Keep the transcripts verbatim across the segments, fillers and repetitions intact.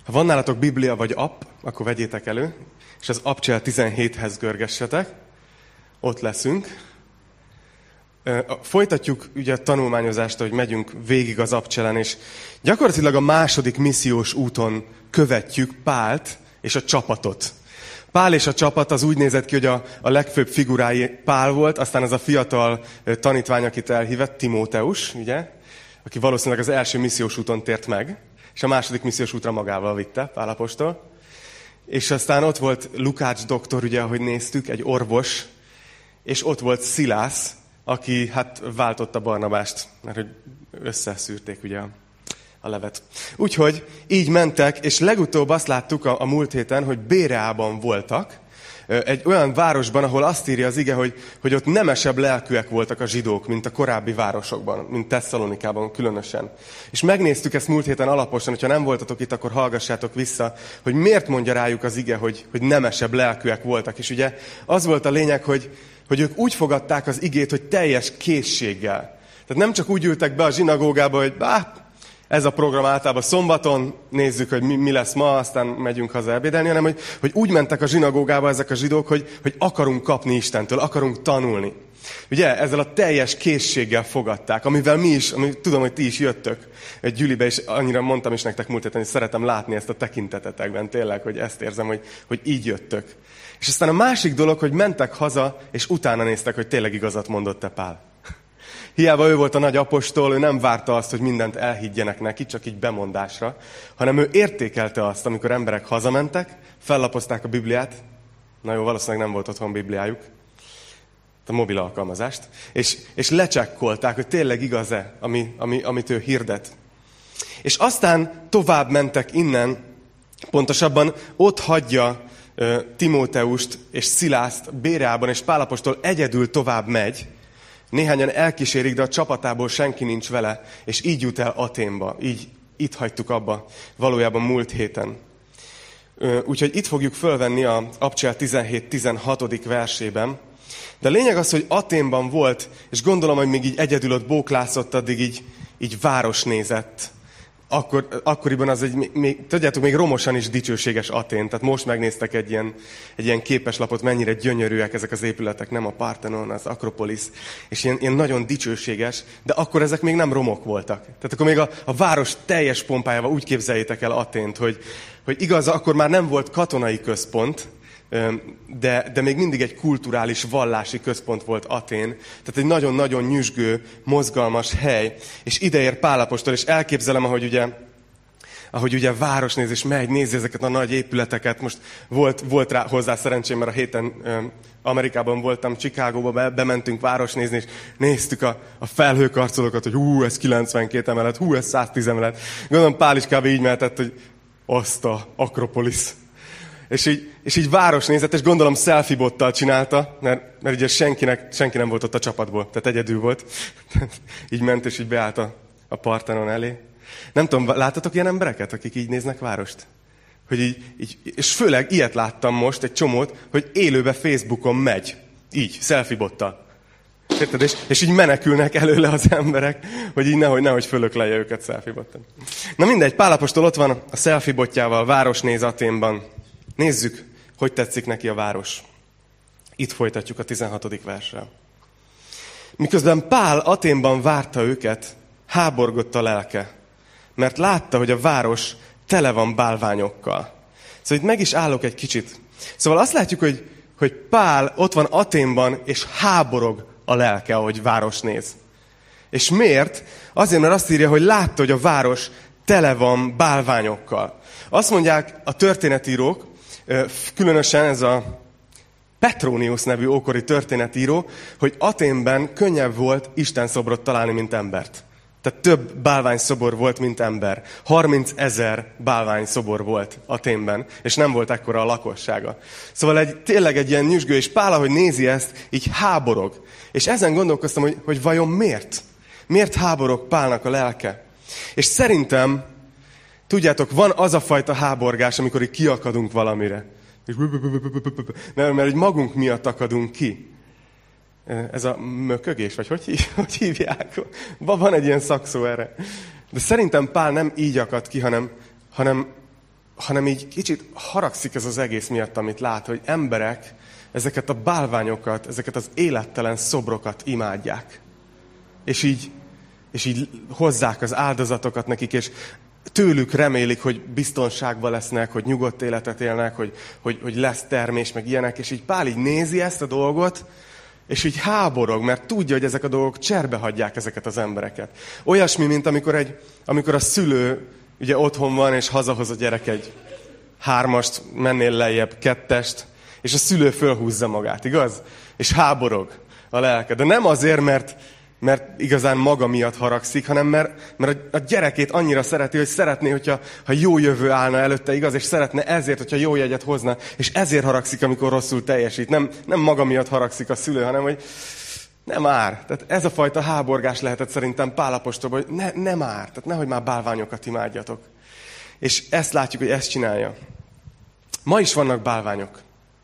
Ha van nálatok Biblia vagy app, akkor vegyétek elő, és az Abcsel tizenhéthez görgessetek. Ott leszünk. Folytatjuk ugye a tanulmányozást, hogy megyünk végig az Abcselen, és gyakorlatilag a második missziós úton követjük Pált és a csapatot. Pál és a csapat az úgy nézett ki, hogy a, a legfőbb figurái Pál volt, aztán az a fiatal tanítvány, akit elhívett, Timóteus, ugye, aki valószínűleg az első missziós úton tért meg, és a második missziós útra magával vitte Pál apostol. És aztán ott volt Lukács doktor, ugye, ahogy néztük, egy orvos, és ott volt Szilász, aki hát váltotta Barnabást, mert hogy összeszűrték ugye a, a levet. Úgyhogy így mentek, és legutóbb azt láttuk a, a múlt héten, hogy Béreában voltak, egy olyan városban, ahol azt írja az ige, hogy, hogy ott nemesebb lelkűek voltak a zsidók, mint a korábbi városokban, mint Tesszalonikában különösen. És megnéztük ezt múlt héten alaposan, hogyha nem voltatok itt, akkor hallgassátok vissza, hogy miért mondja rájuk az ige, hogy, hogy nemesebb lelkűek voltak. És ugye az volt a lényeg, hogy, hogy ők úgy fogadták az igét, hogy teljes készséggel. Tehát nem csak úgy ültek be a zsinagógába, hogy bá, ez a program általában szombaton, nézzük, hogy mi, mi lesz ma, aztán megyünk haza ebédelni, hanem hogy, hogy úgy mentek a zsinagógába ezek a zsidók, hogy, hogy akarunk kapni Istentől, akarunk tanulni. Ugye, ezzel a teljes készséggel fogadták, amivel mi is, ami, tudom, hogy ti is jöttök egy gyülibe, és annyira mondtam is nektek múlt héten, hogy szeretem látni ezt a tekintetetekben, tényleg, hogy ezt érzem, hogy, hogy így jöttök. És aztán a másik dolog, hogy mentek haza, és utána néztek, hogy tényleg igazat mondott-e Pál. Hiába ő volt a nagy apostol, ő nem várta azt, hogy mindent elhiggyenek neki, csak így bemondásra, hanem ő értékelte azt, amikor emberek hazamentek, fellapozták a Bibliát, na jó, valószínűleg nem volt otthon Bibliájuk, a mobil alkalmazást, és, és lecsekkolták, hogy tényleg igaz-e, ami, ami, amit ő hirdet. És aztán tovább mentek innen, pontosabban ott hagyja uh, Timóteust és Szilászt Béreában, és Pál apostol egyedül tovább megy. Néhányan elkísérik, de a csapatából senki nincs vele, és így jut el Athénba. Így itt hagytuk abba valójában múlt héten. Úgyhogy itt fogjuk fölvenni a Abcsel tizenhét tizenhatodik versében. De a lényeg az, hogy Athénban volt, és gondolom, hogy még így egyedül ott bóklászott, addig így, így város nézett. Akkor, akkoriban az egy, még, tudjátok, még romosan is dicsőséges Athén. Tehát most megnéztek egy ilyen, egy ilyen képeslapot, mennyire gyönyörűek ezek az épületek, nem a Parthenon, az Akropolis, és ilyen, ilyen nagyon dicsőséges, de akkor ezek még nem romok voltak. Tehát akkor még a, a város teljes pompájával úgy képzeljétek el Athént, hogy, hogy igaz, akkor már nem volt katonai központ, de, de még mindig egy kulturális, vallási központ volt Athén. Tehát egy nagyon-nagyon nyüzsgő, mozgalmas hely. És ideér Pál apostol, és elképzelem, ahogy ugye, ahogy ugye városnéz, és megy, nézi ezeket a nagy épületeket. Most volt, volt rá hozzá szerencsém, mert a héten Amerikában voltam, Chicagóba, be, bementünk városnézni, és néztük a, a felhőkarcolókat, hogy hú, ez kilencvenkét emelet, hú, ez száztíz emelet. Gondolom Pál is kb. Így mehetett, hogy azt a Akropolis. És így, és így városnézett, és gondolom selfie-bottal csinálta, mert, mert ugye senkinek, senki nem volt ott a csapatból, tehát egyedül volt. Így ment, és így beállt a, a Parthenon elé. Nem tudom, láttatok ilyen embereket, akik így néznek várost? Hogy így, így, és főleg ilyet láttam most, egy csomót, hogy élőbe Facebookon megy. Így, selfie-bottal. Érted? És, és így menekülnek előle az emberek, hogy így nehogy, nehogy fölökleje őket selfie-bottal. Na mindegy, Pál apostol ott van a selfie-botjával, városnéz Athénban. Nézzük, hogy tetszik neki a város. Itt folytatjuk a tizenhatodik versrel. Miközben Pál Athénban várta őket, háborgott a lelke, mert látta, hogy a város tele van bálványokkal. Szóval itt meg is állok egy kicsit. Szóval azt látjuk, hogy, hogy Pál ott van Athénban, és háborog a lelke, ahogy város néz. És miért? Azért, mert azt írja, hogy látta, hogy a város tele van bálványokkal. Azt mondják a történetírók, különösen ez a Petronius nevű ókori történetíró, hogy Athénben könnyebb volt istenszobrot találni, mint embert. Tehát több bálványszobor volt, mint ember. harmincezer bálványszobor volt Athénben, és nem volt ekkora a lakossága. Szóval egy, tényleg egy ilyen nyüzsgő, és Pál, ahogy nézi ezt, így háborog. És ezen gondolkoztam, hogy, hogy vajon miért? Miért háborog Pálnak a lelke? És szerintem, tudjátok, van az a fajta háborgás, amikor így kiakadunk valamire. Nem, mert egy magunk miatt akadunk ki. Ez a mökögés, vagy hogy, hív, hogy hívják? Van egy ilyen szakszó erre. De szerintem Pál nem így akad ki, hanem, hanem hanem így kicsit haragszik ez az egész miatt, amit lát, hogy emberek ezeket a bálványokat, ezeket az élettelen szobrokat imádják. És így, és így hozzák az áldozatokat nekik, és tőlük remélik, hogy biztonságban lesznek, hogy nyugodt életet élnek, hogy, hogy, hogy lesz termés, meg ilyenek, és így Pál így nézi ezt a dolgot, és így háborog, mert tudja, hogy ezek a dolgok cserbe hagyják ezeket az embereket. Olyasmi, mint amikor, egy, amikor a szülő ugye otthon van, és hazahoz a gyerek egy hármast, mennél lejjebb kettest, és a szülő fölhúzza magát, igaz? És háborog a lelke. De nem azért, mert, mert igazán maga miatt haragszik, hanem mert, mert a gyerekét annyira szereti, hogy szeretné, hogyha ha jó jövő állna előtte, igaz? És szeretne ezért, hogyha jó jegyet hozna, és ezért haragszik, amikor rosszul teljesít. Nem, nem maga miatt haragszik a szülő, hanem hogy nem ár. Tehát ez a fajta háborgás lehetett szerintem Pál apostolban, hogy ne, nem ár. Tehát nehogy már bálványokat imádjatok. És ezt látjuk, hogy ezt csinálja. Ma is vannak bálványok.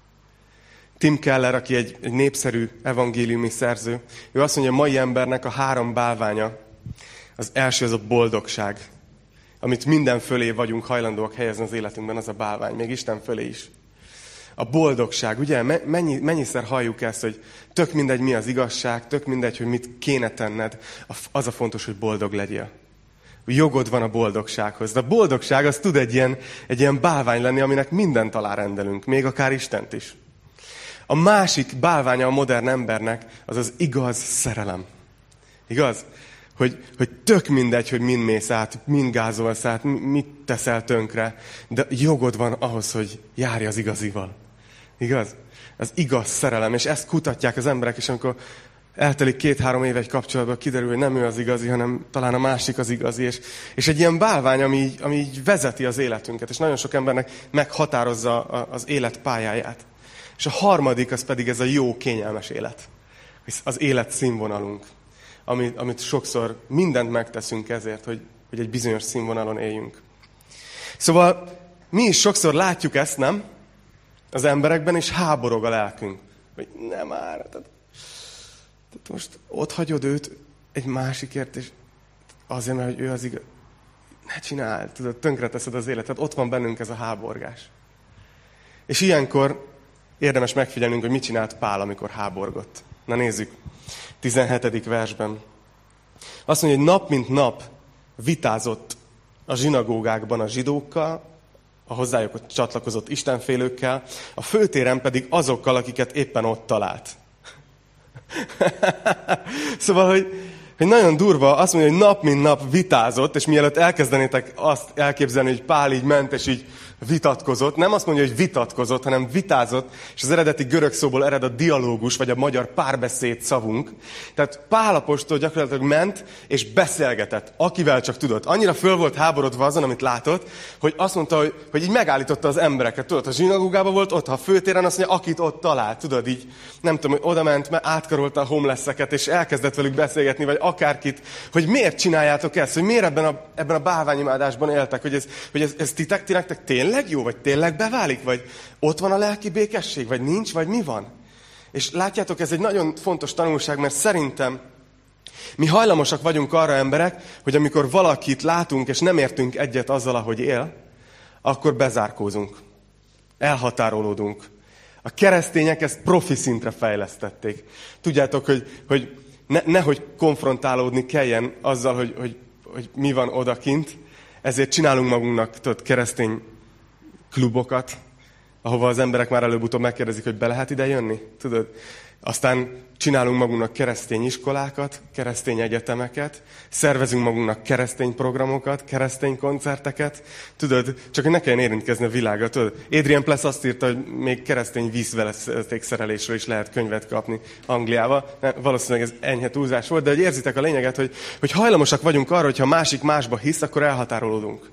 Tim Keller, aki egy, egy népszerű evangéliumi szerző, ő azt mondja, hogy a mai embernek a három bálványa, az első az a boldogság, amit minden fölé vagyunk hajlandóak helyezni az életünkben, az a bálvány, még Isten fölé is. A boldogság, ugye? Mennyi, mennyiszer halljuk ezt, hogy tök mindegy, mi az igazság, tök mindegy, hogy mit kéne tenned, az a fontos, hogy boldog legyél. Jogod van a boldogsághoz. De a boldogság az tud egy ilyen, egy ilyen bálvány lenni, aminek mindent alárendelünk, még akár Istent is. A másik bálványa a modern embernek az az igaz szerelem. Igaz? Hogy, hogy tök mindegy, hogy mind mész át, mind gázolsz át, mit teszel tönkre, de jogod van ahhoz, hogy járj az igazival. Igaz? Az igaz szerelem, és ezt kutatják az emberek, és amikor eltelik két-három év egy kapcsolatban, kiderül, hogy nem ő az igazi, hanem talán a másik az igazi, és, és egy ilyen bálvány, ami így, ami így vezeti az életünket, és nagyon sok embernek meghatározza az élet pályáját. És a harmadik, az pedig ez a jó, kényelmes élet. Az élet színvonalunk, amit, amit sokszor mindent megteszünk ezért, hogy, hogy egy bizonyos színvonalon éljünk. Szóval mi is sokszor látjuk ezt, nem? Az emberekben, és háborog a lelkünk. Hogy nem már. Tehát, tehát most ott hagyod őt egy másikért, és azért, mert hogy ő az igaz. Ne csináld, tudod, tönkreteszed az életet. Ott van bennünk ez a háborgás. És ilyenkor érdemes megfigyelnünk, hogy mit csinált Pál, amikor háborgott. Na nézzük, tizenhetedik versben. Azt mondja, hogy nap mint nap vitázott a zsinagógákban a zsidókkal, a hozzájuk csatlakozott istenfélőkkel, a főtéren pedig azokkal, akiket éppen ott talált. Szóval, hogy, hogy nagyon durva, azt mondja, hogy nap mint nap vitázott, és mielőtt elkezdenétek azt elképzelni, hogy Pál így ment, és így vitatkozott, nem azt mondja, hogy vitatkozott, hanem vitázott, és az eredeti görög szóból ered a dialógus, vagy a magyar párbeszéd szavunk. Tehát Pál apostol gyakorlatilag ment, és beszélgetett, akivel csak tudott. Annyira föl volt háborodva azon, amit látott, hogy azt mondta, hogy, hogy így megállította az embereket. Tudod, a zsinagógában volt, ott, ha a főtéren, azt mondja, akit ott talált, tudod, így, nem tudom, hogy oda ment, mert átkarolta a homelesseket, és elkezdett velük beszélgetni, vagy akárkit, hogy miért csináljátok ezt, hogy miért ebben a, ebben a bálványimádásban éltek, hogy ez, hogy ez, ez titek, ti nektek tényleg jó, vagy tényleg beválik, vagy ott van a lelki békesség, vagy nincs, vagy mi van? És látjátok, ez egy nagyon fontos tanulság, mert szerintem mi hajlamosak vagyunk arra emberek, hogy amikor valakit látunk, és nem értünk egyet azzal, ahogy él, akkor bezárkózunk. Elhatárolódunk. A keresztények ezt profi szintre fejlesztették. Tudjátok, hogy, hogy ne, nehogy konfrontálódni kelljen azzal, hogy, hogy, hogy mi van odakint, ezért csinálunk magunknak, tudod, keresztény klubokat, ahova az emberek már előbb-utóbb megkérdezik, hogy be lehet ide jönni, tudod? Aztán csinálunk magunknak keresztény iskolákat, keresztény egyetemeket, szervezünk magunknak keresztény programokat, keresztény koncerteket, tudod? Csak hogy ne kelljen érintkezni a világra, tudod? Adrian Pless azt írta, hogy még keresztény vízvezetékszerelésről is lehet könyvet kapni Angliába. Valószínűleg ez enyhe túlzás volt, de hogy érzitek a lényeget, hogy, hogy hajlamosak vagyunk arra, hogy ha másik másba hisz, akkor elhatárolódunk.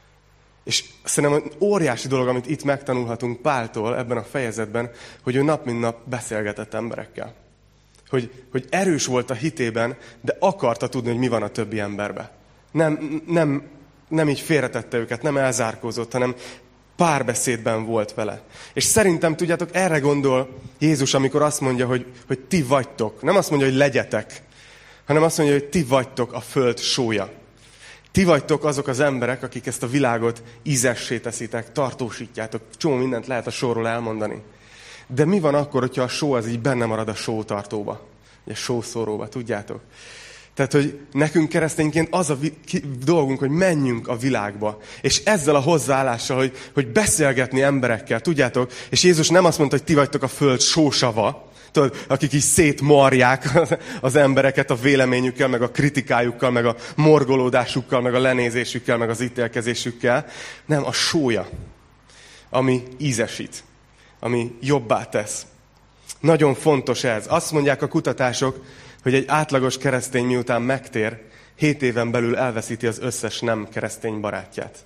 És szerintem óriási dolog, amit itt megtanulhatunk Páltól ebben a fejezetben, hogy ő nap mint nap beszélgetett emberekkel. Hogy, hogy erős volt a hitében, de akarta tudni, hogy mi van a többi emberben. Nem, nem, nem így félretette őket, nem elzárkózott, hanem párbeszédben volt vele. És szerintem, tudjátok, erre gondol Jézus, amikor azt mondja, hogy, hogy ti vagytok. Nem azt mondja, hogy legyetek, hanem azt mondja, hogy ti vagytok a föld sója. Ti vagytok azok az emberek, akik ezt a világot ízessé teszitek, tartósítjátok. Csomó mindent lehet a sóról elmondani. De mi van akkor, hogyha a só az így benne marad a sótartóba? A sószóróba, tudjátok? Tehát, hogy nekünk keresztényként az a vi- ki- dolgunk, hogy menjünk a világba. És ezzel a hozzáállással, hogy, hogy beszélgetni emberekkel, tudjátok? És Jézus nem azt mondta, hogy ti vagytok a föld sósava, tudod, akik is szétmarják az embereket a véleményükkel, meg a kritikájukkal, meg a morgolódásukkal, meg a lenézésükkel, meg az ítélkezésükkel. Nem, a sója, ami ízesít, ami jobbá tesz. Nagyon fontos ez. Azt mondják a kutatások, hogy egy átlagos keresztény miután megtér, hét éven belül elveszíti az összes nem keresztény barátját.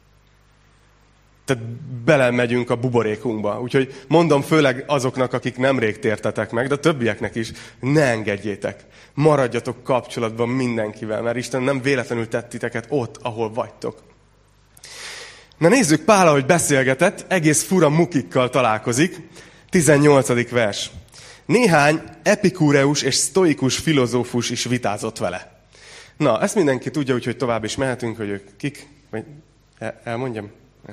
Tehát belemegyünk a buborékunkba. Úgyhogy mondom főleg azoknak, akik nemrég tértetek meg, de a többieknek is, ne engedjétek. Maradjatok kapcsolatban mindenkivel, mert Isten nem véletlenül tett titeket ott, ahol vagytok. Na nézzük, Pál, ahogy beszélgetett, egész fura mukikkal találkozik. tizennyolcadik vers. Néhány epikúreus és sztoikus filozófus is vitázott vele. Na, ezt mindenki tudja, úgyhogy tovább is mehetünk, hogy ők kik. Vagy el, elmondjam? Ja.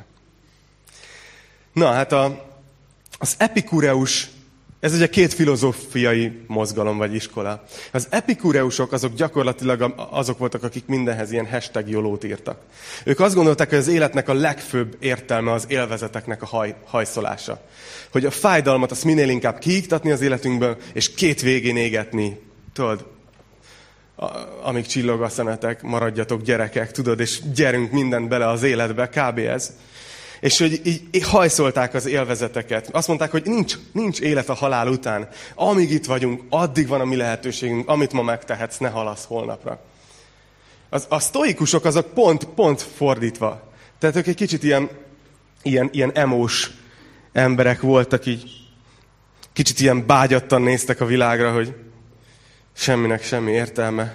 Na, hát a, az epikúreus, ez ugye két filozófiai mozgalom vagy iskola. Az epikúreusok azok gyakorlatilag azok voltak, akik mindenhez ilyen hashtag jolót írtak. Ők azt gondolták, hogy az életnek a legfőbb értelme az élvezeteknek a haj, hajszolása. Hogy a fájdalmat azt minél inkább kiiktatni az életünkből, és két végén égetni. Tudod, amíg csillog a szemetek, maradjatok gyerekek, tudod, és gyerünk mindent bele az életbe, kb. Ez. És hogy így, így hajszolták az élvezeteket. Azt mondták, hogy nincs, nincs élet a halál után. Amíg itt vagyunk, addig van a mi lehetőségünk, amit ma megtehetsz, ne halasz holnapra. Az, a sztoikusok azok pont, pont fordítva. Tehát ők egy kicsit ilyen, ilyen, ilyen emós emberek voltak, így kicsit ilyen bágyattan néztek a világra, hogy semminek semmi értelme.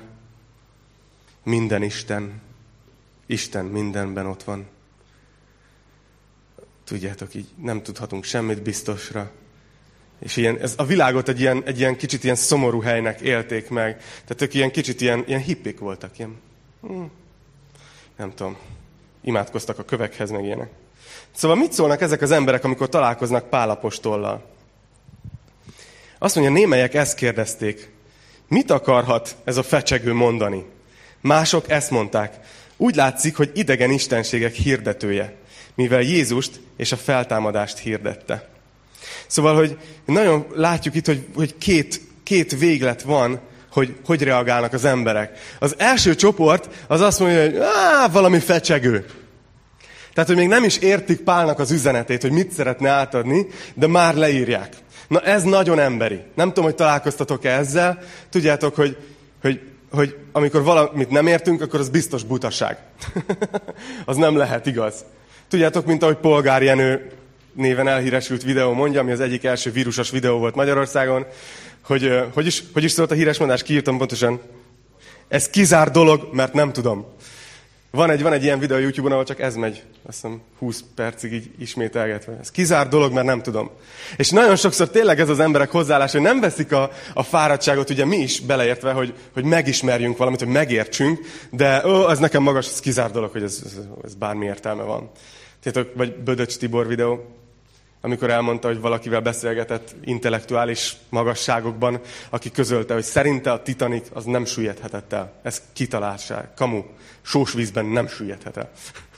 Minden Isten. Isten mindenben ott van. Tudjátok, így nem tudhatunk semmit biztosra. És ilyen, ez a világot egy ilyen, egy ilyen kicsit ilyen szomorú helynek élték meg. Tehát ők ilyen kicsit ilyen, ilyen hippik voltak. Ilyen, hm, nem tudom, imádkoztak a kövekhez, meg ilyenek. Szóval mit szólnak ezek az emberek, amikor találkoznak Pál apostollal? Azt mondja, némelyek ezt kérdezték. Mit akarhat ez a fecsegő mondani? Mások ezt mondták. Úgy látszik, hogy idegen istenségek hirdetője, mivel Jézust és a feltámadást hirdette. Szóval, hogy nagyon látjuk itt, hogy, hogy két, két véglet van, hogy hogy reagálnak az emberek. Az első csoport az azt mondja, hogy á, valami fecsegő. Tehát, hogy még nem is értik Pálnak az üzenetét, hogy mit szeretne átadni, de már leírják. Na ez nagyon emberi. Nem tudom, hogy találkoztatok-e ezzel. Tudjátok, hogy, hogy, hogy amikor valamit nem értünk, akkor az biztos butaság. Az nem lehet igaz. Tudjátok, mint ahogy Polgár Jenő néven elhíresült videó mondja, ami az egyik első vírusos videó volt Magyarországon, hogy hogy is, hogy is szólt a híres mondás, kiírtam pontosan. Ez kizár dolog, mert nem tudom. Van egy, van egy ilyen videó a YouTube-on, ahol csak ez megy, azt hiszem húsz percig így ismételgetve. Ez kizár dolog, mert nem tudom. És nagyon sokszor tényleg ez az emberek hozzáállása, hogy nem veszik a, a fáradtságot, ugye mi is beleértve, hogy, hogy megismerjünk valamit, hogy megértsünk, de ó, ez nekem magas, ez kizár dolog, hogy ez, ez, ez bármi értelme van. Tudjátok, vagy Bödöcs Tibor videó, amikor elmondta, hogy valakivel beszélgetett intellektuális magasságokban, aki közölte, hogy szerinte a Titanic az nem süllyedhetett el. Ez kitalálság, kamu. Sós vízben nem süllyedhet el.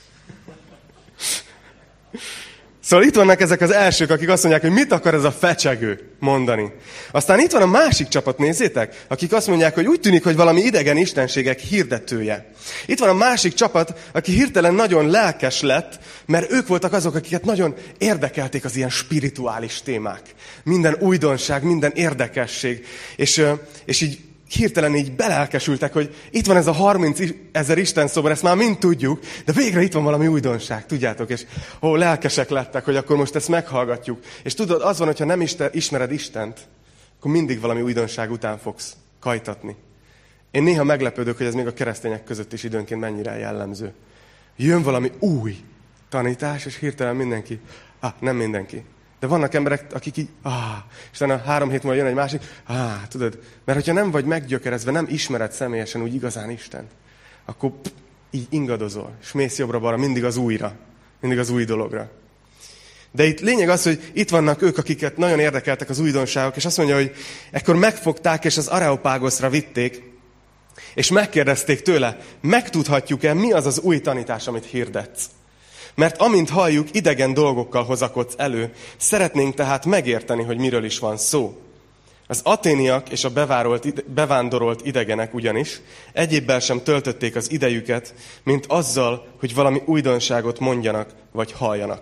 Szóval itt vannak ezek az elsők, akik azt mondják, hogy mit akar ez a fecsegő mondani. Aztán itt van a másik csapat, nézzétek, akik azt mondják, hogy úgy tűnik, hogy valami idegen istenségek hirdetője. Itt van a másik csapat, aki hirtelen nagyon lelkes lett, mert ők voltak azok, akiket nagyon érdekelték az ilyen spirituális témák. Minden újdonság, minden érdekesség. És, és így hirtelen így belelkesültek, hogy itt van ez a harminc ezer Isten szobor, ezt már mind tudjuk, de végre itt van valami újdonság, tudjátok, és ó, lelkesek lettek, hogy akkor most ezt meghallgatjuk. És tudod, az van, hogyha nem isten, ismered Istent, akkor mindig valami újdonság után fogsz kajtatni. Én néha meglepődök, hogy ez még a keresztények között is időnként mennyire jellemző. Jön valami új tanítás, és hirtelen mindenki, ah, nem mindenki. De vannak emberek, akik így, ah, és utána három hét múlva jön egy másik, ah, tudod, mert hogyha nem vagy meggyökerezve, nem ismered személyesen úgy igazán Istent, akkor pff, így ingadozol, és mész jobbra-balra, mindig az újra, mindig az új dologra. De itt lényeg az, hogy itt vannak ők, akiket nagyon érdekeltek az újdonságok, és azt mondja, hogy ekkor megfogták, és az Areopágoszra vitték, és megkérdezték tőle, megtudhatjuk-e, mi az az új tanítás, amit hirdetsz? Mert amint halljuk, idegen dolgokkal hozakodsz elő, szeretnénk tehát megérteni, hogy miről is van szó. Az aténiak és a bevárolt, bevándorolt idegenek ugyanis egyébbel sem töltötték az idejüket, mint azzal, hogy valami újdonságot mondjanak, vagy halljanak.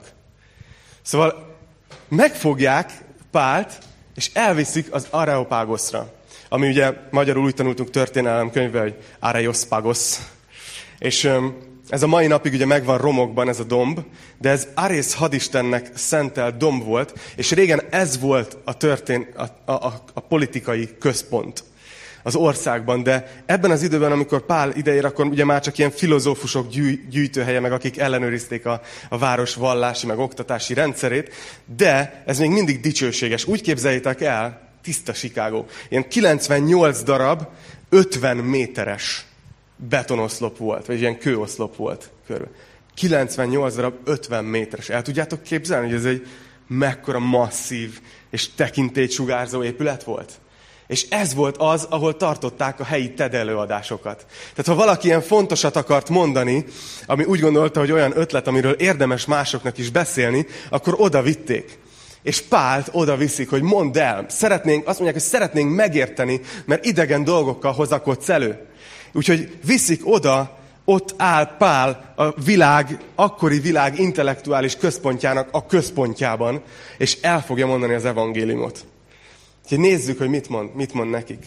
Szóval megfogják Pált, és elviszik az Areopágoszra, ami ugye magyarul úgy tanultunk történelem könyvben, hogy Areospagos. És ez a mai napig ugye megvan romokban ez a domb, de ez Arész hadistennek szentelt domb volt, és régen ez volt a, történ, a, a, a politikai központ az országban, de ebben az időben, amikor Pál ideér, akkor ugye már csak ilyen filozófusok gyűj, gyűjtőhelye, meg akik ellenőrizték a, a város vallási, meg oktatási rendszerét, de ez még mindig dicsőséges. Úgy képzeljétek el, tiszta Chicago, ilyen kilencvennyolc darab, ötven méteres betonoszlop volt, vagy ilyen kőoszlop volt körül. kilencvennyolc darab, ötven méteres. El tudjátok képzelni, hogy ez egy mekkora masszív és tekintélysugárzó épület volt? És ez volt az, ahol tartották a helyi TED előadásokat. Tehát ha valaki ilyen fontosat akart mondani, ami úgy gondolta, hogy olyan ötlet, amiről érdemes másoknak is beszélni, akkor oda vitték. És Pált oda viszik, hogy mondd el. Szeretnénk, azt mondják, hogy szeretnénk megérteni, mert idegen dolgokkal hozakodsz elő. Úgyhogy viszik oda, ott áll Pál a világ, akkori világ intellektuális központjának a központjában, és el fogja mondani az evangéliumot. Úgyhogy nézzük, hogy mit mond, mit mond nekik.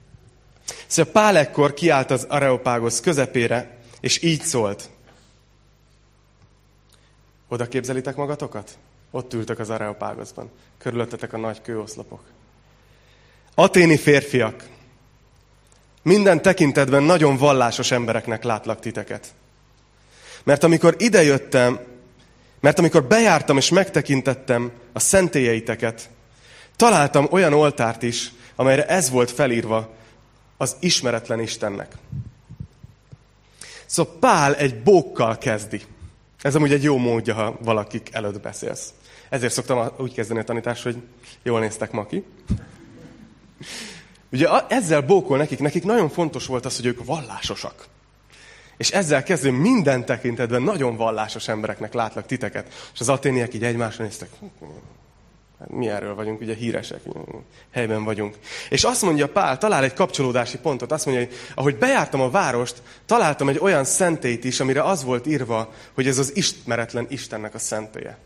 Szóval Pál ekkor kiállt az Areopágosz közepére, és így szólt. Oda képzelitek magatokat? Ott ültök az Areopágoszban. Körülöttetek a nagy kőoszlopok. Aténi férfiak, minden tekintetben nagyon vallásos embereknek látlak titeket. Mert amikor idejöttem, mert amikor bejártam és megtekintettem a szentélyeiteket, találtam olyan oltárt is, amelyre ez volt felírva, az ismeretlen Istennek. Szóval Pál egy bókkal kezdi. Ez amúgy egy jó módja, ha valakik előtt beszélsz. Ezért szoktam úgy kezdeni a tanítást, hogy jól néztek ma ki. Ugye ezzel bókol nekik, nekik nagyon fontos volt az, hogy ők vallásosak. És ezzel kezdve minden tekintetben nagyon vallásos embereknek látlak titeket. És az aténiek így egymásra néztek. Mi erről vagyunk, ugye híresek, helyben vagyunk. És azt mondja Pál, talál egy kapcsolódási pontot, azt mondja, hogy ahogy bejártam a várost, találtam egy olyan szentélyt is, amire az volt írva, hogy ez az ismeretlen Istennek a szentélye.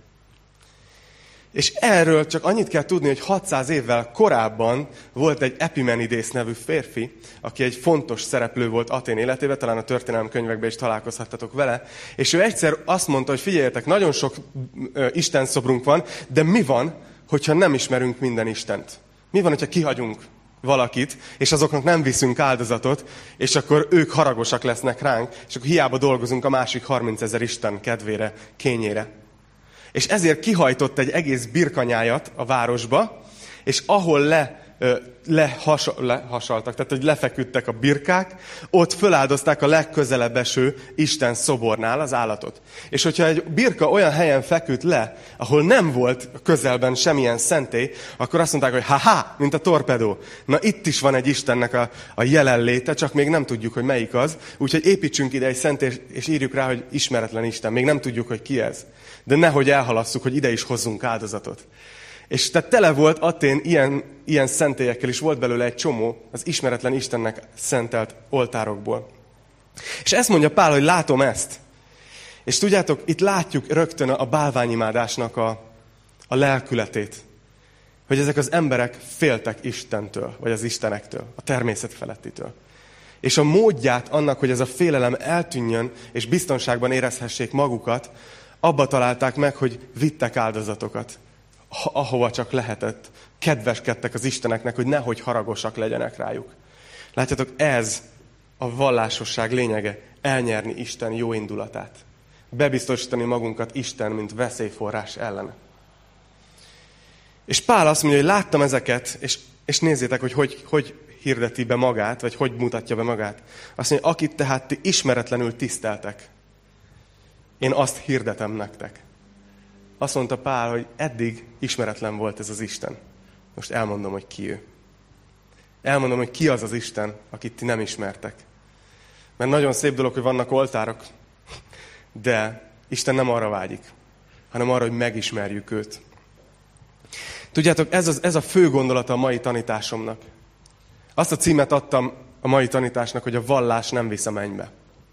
És erről csak annyit kell tudni, hogy hatszáz évvel korábban volt egy Epimenidész nevű férfi, aki egy fontos szereplő volt Atén életében, talán a történelem könyvekben is találkozhattatok vele, és ő egyszer azt mondta, hogy figyeljetek, nagyon sok ö, istenszobrunk van, de mi van, hogyha nem ismerünk minden Istent? Mi van, hogyha kihagyunk valakit, és azoknak nem viszünk áldozatot, és akkor ők haragosak lesznek ránk, és akkor hiába dolgozunk a másik harmincezer Isten kedvére, kényére. És ezért kihajtott egy egész birkanyájat a városba, és ahol le, lehasa, lehasaltak, tehát hogy lefeküdtek a birkák, ott föláldozták a legközelebb eső Isten szobornál az állatot. És hogyha egy birka olyan helyen feküdt le, ahol nem volt közelben semmilyen szentély, akkor azt mondták, hogy ha-ha, mint a torpedó. Na itt is van egy Istennek a, a jelenléte, csak még nem tudjuk, hogy melyik az. Úgyhogy építsünk ide egy szentélyt, és írjuk rá, hogy ismeretlen Isten. Még nem tudjuk, hogy ki ez. De nehogy elhalasszuk, hogy ide is hozzunk áldozatot. És tehát tele volt Atén ilyen, ilyen szentélyekkel is, volt belőle egy csomó az ismeretlen Istennek szentelt oltárokból. És ezt mondja Pál, hogy látom ezt. És tudjátok, itt látjuk rögtön a bálványimádásnak a, a lelkületét. Hogy ezek az emberek féltek Istentől, vagy az istenektől, a természet felettitől. És a módját annak, hogy ez a félelem eltűnjön, és biztonságban érezhessék magukat, abba találták meg, hogy vittek áldozatokat, ahova csak lehetett. Kedveskedtek az isteneknek, hogy nehogy haragosak legyenek rájuk. Látjátok, ez a vallásosság lényege. Elnyerni Isten jó indulatát. Bebiztosítani magunkat Isten, mint veszélyforrás ellen. És Pál azt mondja, hogy láttam ezeket, és, és nézzétek, hogy, hogy hogy hirdeti be magát, vagy hogy mutatja be magát. Azt mondja, akit tehát ti ismeretlenül tiszteltek, én azt hirdetem nektek. Azt mondta Pál, hogy eddig ismeretlen volt ez az Isten. Most elmondom, hogy ki ő. Elmondom, hogy ki az az Isten, akit ti nem ismertek. Mert nagyon szép dolog, hogy vannak oltárok, de Isten nem arra vágyik, hanem arra, hogy megismerjük őt. Tudjátok, ez, az, ez a fő gondolata a mai tanításomnak. Azt a címet adtam a mai tanításnak, hogy a vallás nem visz a mennybe.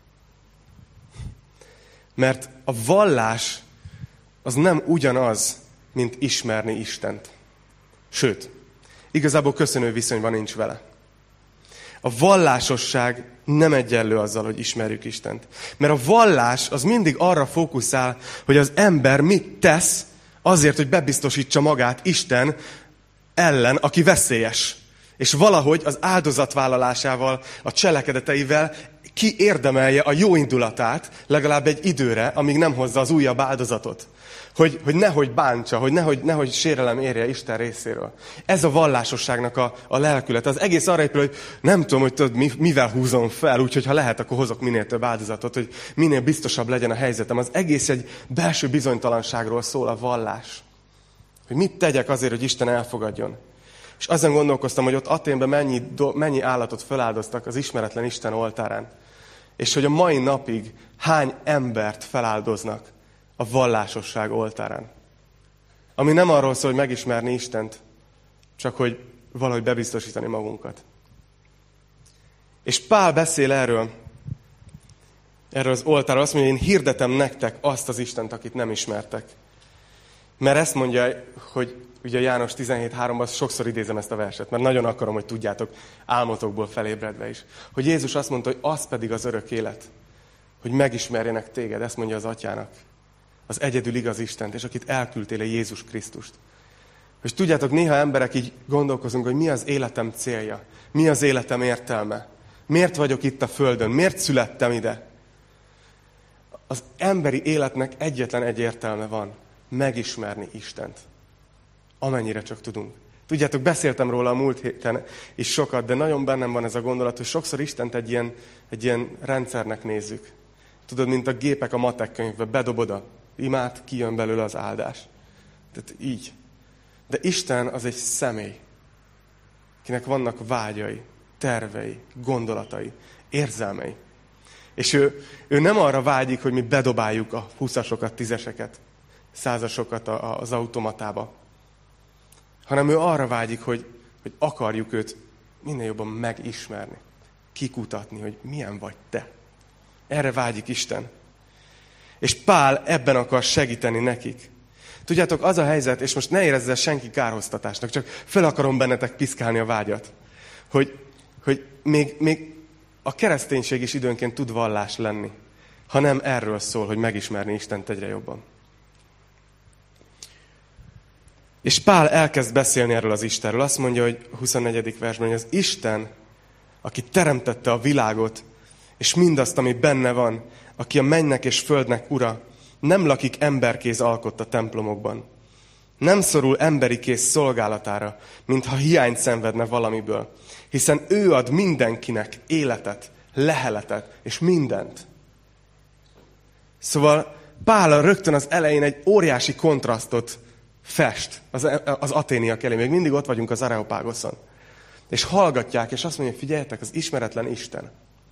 Mert a vallás az nem ugyanaz, mint ismerni Istent. Sőt, igazából köszönő viszonyban nincs vele. A vallásosság nem egyenlő azzal, hogy ismerjük Istent. Mert a vallás az mindig arra fókuszál, hogy az ember mit tesz azért, hogy bebiztosítsa magát Isten ellen, aki veszélyes. És valahogy az áldozatvállalásával, a cselekedeteivel ki érdemelje a jó indulatát legalább egy időre, amíg nem hozza az újabb áldozatot. Hogy, hogy nehogy bántsa, hogy nehogy, nehogy sérelem érje Isten részéről. Ez a vallásosságnak a, a lelkület. Az egész arra épül, hogy nem tudom, hogy tudod, mivel húzom fel, úgyhogy ha lehet, akkor hozok minél több áldozatot, hogy minél biztosabb legyen a helyzetem. Az egész egy belső bizonytalanságról szól a vallás. Hogy mit tegyek azért, hogy Isten elfogadjon. És azon gondolkoztam, hogy ott Athénben mennyi, mennyi állatot feláldoztak az ismeretlen Isten oltárán. És hogy a mai napig hány embert feláldoznak a vallásosság oltárán. Ami nem arról szól, hogy megismerni Istent, csak hogy valahogy bebiztosítani magunkat. És Pál beszél erről, erről az oltárról, azt mondja, hogy én hirdetem nektek azt az Istent, akit nem ismertek. Mert ezt mondja, hogy ugye János tizenhét háromban sokszor idézem ezt a verset, mert nagyon akarom, hogy tudjátok, álmotokból felébredve is. Hogy Jézus azt mondta, hogy az pedig az örök élet, hogy megismerjenek téged, ezt mondja az Atyának, az egyedül igaz Istent, és akit elküldtél, Jézus Krisztust. És tudjátok, néha emberek így gondolkozunk, hogy mi az életem célja, mi az életem értelme, miért vagyok itt a Földön, miért születtem ide. Az emberi életnek egyetlen egy értelme van, megismerni Istent. Amennyire csak tudunk. Tudjátok, beszéltem róla a múlt héten is sokat, de nagyon bennem van ez a gondolat, hogy sokszor Istent egy ilyen, egy ilyen rendszernek nézzük. Tudod, mint a gépek a matek könyvbe, bedobod a imát, kijön belőle az áldás. Tehát így. De Isten az egy személy, kinek vannak vágyai, tervei, gondolatai, érzelmei. És ő, ő nem arra vágyik, hogy mi bedobáljuk a húszasokat, tízeseket, százasokat az automatába, hanem ő arra vágyik, hogy, hogy akarjuk őt minél jobban megismerni, kikutatni, hogy milyen vagy te. Erre vágyik Isten. És Pál ebben akar segíteni nekik. Tudjátok, az a helyzet, és most ne érezze senki kárhoztatásnak, csak fel akarom bennetek piszkálni a vágyat, hogy, hogy még, még a kereszténység is időnként tud vallás lenni, ha nem erről szól, hogy megismerni Istent egyre jobban. És Pál elkezd beszélni erről az Istenről. Azt mondja, hogy a huszonnegyedik versben, hogy az Isten, aki teremtette a világot, és mindazt, ami benne van, aki a mennynek és földnek ura, nem lakik emberkéz alkotta templomokban. Nem szorul emberi kéz szolgálatára, mintha hiányt szenvedne valamiből, hiszen ő ad mindenkinek életet, leheletet és mindent. Szóval Pál rögtön az elején egy óriási kontrasztot fest az, az aténiak elé. Még mindig ott vagyunk az Areopágoszon. És hallgatják, és azt mondja, figyeljetek, az ismeretlen Isten.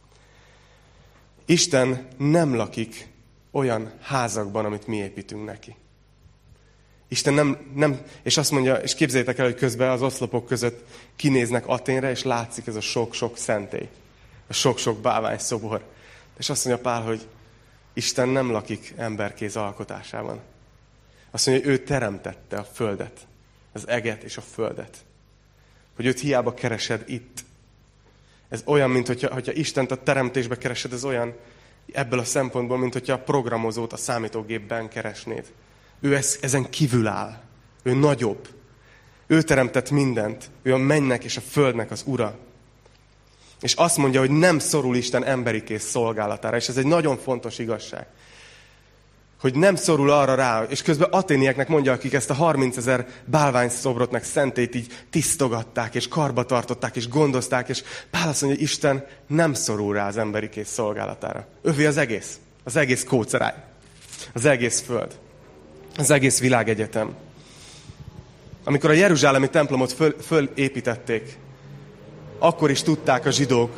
Isten nem lakik olyan házakban, amit mi építünk neki. Isten nem, nem, és azt mondja, és képzeljétek el, hogy közben az oszlopok között kinéznek Aténre, és látszik ez a sok-sok szentély. A sok-sok bálvány szobor. És azt mondja Pál, hogy Isten nem lakik emberkéz alkotásában. Azt mondja, hogy ő teremtette a földet, az eget és a földet. Hogy őt hiába keresed itt. Ez olyan, mint hogyha, hogyha Istent a teremtésbe keresed, ez olyan ebből a szempontból, mint hogyha a programozót a számítógépben keresnéd. Ő ez, ezen kívül áll. Ő nagyobb. Ő teremtett mindent. Ő a mennynek és a földnek az ura. És azt mondja, hogy nem szorul Isten emberi kész szolgálatára. És ez egy nagyon fontos igazság. hogy nem szorul arra rá, és közben aténieknek mondja, akik ezt a harmincezer bálványszobrot meg szentét így tisztogatták, és karba tartották, és gondozták, és Pál azt mondja, hogy Isten nem szorul rá az emberi kész szolgálatára. Övé az egész, az egész kóceráj, az egész föld, az egész világegyetem. Amikor a jeruzsálemi templomot föl, fölépítették, akkor is tudták a zsidók,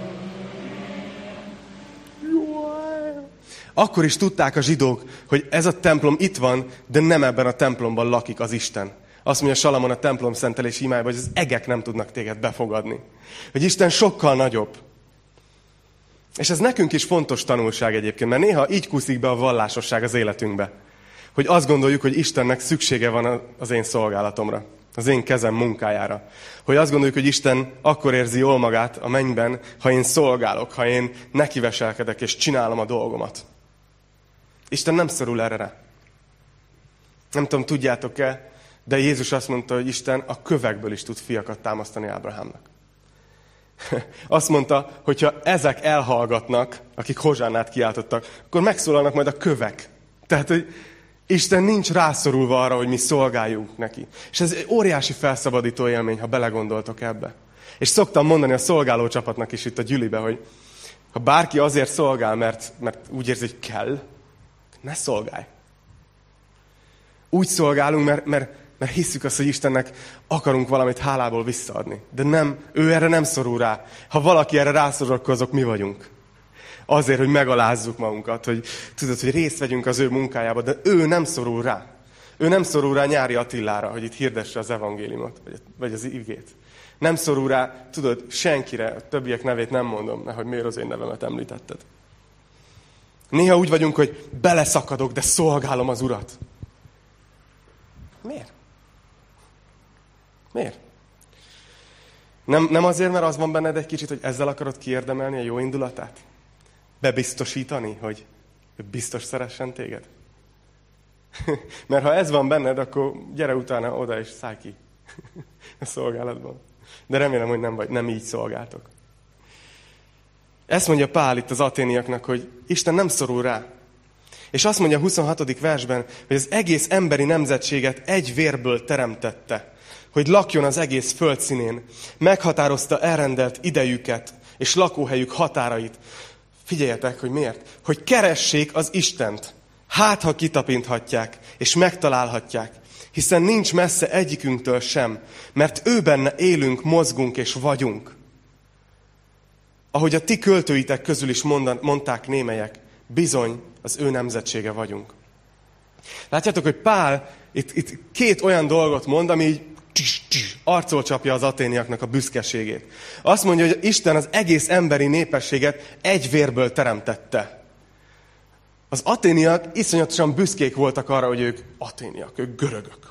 Akkor is tudták a zsidók, hogy ez a templom itt van, de nem ebben a templomban lakik az Isten. Azt mondja Salamon a templom szentelés imájában, hogy az egek nem tudnak téged befogadni. Hogy Isten sokkal nagyobb. És ez nekünk is fontos tanulság egyébként, mert néha így kúszik be a vallásosság az életünkbe. Hogy azt gondoljuk, hogy Istennek szüksége van az én szolgálatomra, az én kezem munkájára. Hogy azt gondoljuk, hogy Isten akkor érzi jól magát a mennyben, ha én szolgálok, ha én nekiveselkedek és csinálom a dolgomat. Isten nem szorul erre rá. Nem tudom, tudjátok-e, de Jézus azt mondta, hogy Isten a kövekből is tud fiakat támasztani Ábrahámnak. Azt mondta, hogyha ezek elhallgatnak, akik hozsánát kiáltottak, akkor megszólalnak majd a kövek. Tehát, hogy Isten nincs rászorulva arra, hogy mi szolgáljunk neki. És ez egy óriási felszabadító élmény, ha belegondoltok ebbe. És szoktam mondani a szolgáló csapatnak is itt a gyülibe, hogy ha bárki azért szolgál, mert, mert úgy érzi, hogy kell, ne szolgálj. Úgy szolgálunk, mert, mert, mert hisszük azt, hogy Istennek akarunk valamit hálából visszaadni. De nem, ő erre nem szorul rá. Ha valaki erre rászorul, akkor azok mi vagyunk. Azért, hogy megalázzuk magunkat, hogy tudod, hogy részt vegyünk az ő munkájába, de ő nem szorul rá. Ő nem szorul rá Nyári Attilára, hogy itt hirdesse az evangéliumot, vagy, vagy az igét. Nem szorul rá, tudod, senkire, a többiek nevét nem mondom, mert hogy miért az én nevemet említetted. Néha úgy vagyunk, hogy beleszakadok, de szolgálom az Urat. Miért? Miért? Nem, nem azért, mert az van benned egy kicsit, hogy ezzel akarod kiérdemelni a jó indulatát? Bebiztosítani, hogy biztos szeressen téged? Mert ha ez van benned, akkor gyere utána oda és szállj ki a szolgálatban. De remélem, hogy nem, vagy, nem így szolgáltok. Ezt mondja Pál itt az aténiaknak, hogy Isten nem szorul rá. És azt mondja a huszonhatodik versben, hogy az egész emberi nemzetséget egy vérből teremtette, hogy lakjon az egész földszínén. Meghatározta elrendelt idejüket és lakóhelyük határait. Figyeljetek, hogy miért? Hogy keressék az Istent. Hát, ha kitapinthatják és megtalálhatják. Hiszen nincs messze egyikünktől sem, mert ő benne élünk, mozgunk és vagyunk. Ahogy a ti költőitek közül is mondták némelyek, bizony az ő nemzetsége vagyunk. Látjátok, hogy Pál itt, itt két olyan dolgot mond, ami így arcol csapja az aténiaknak a büszkeségét. Azt mondja, hogy Isten az egész emberi népességet egy vérből teremtette. Az aténiak iszonyatosan büszkék voltak arra, hogy ők aténiak, ők görögök.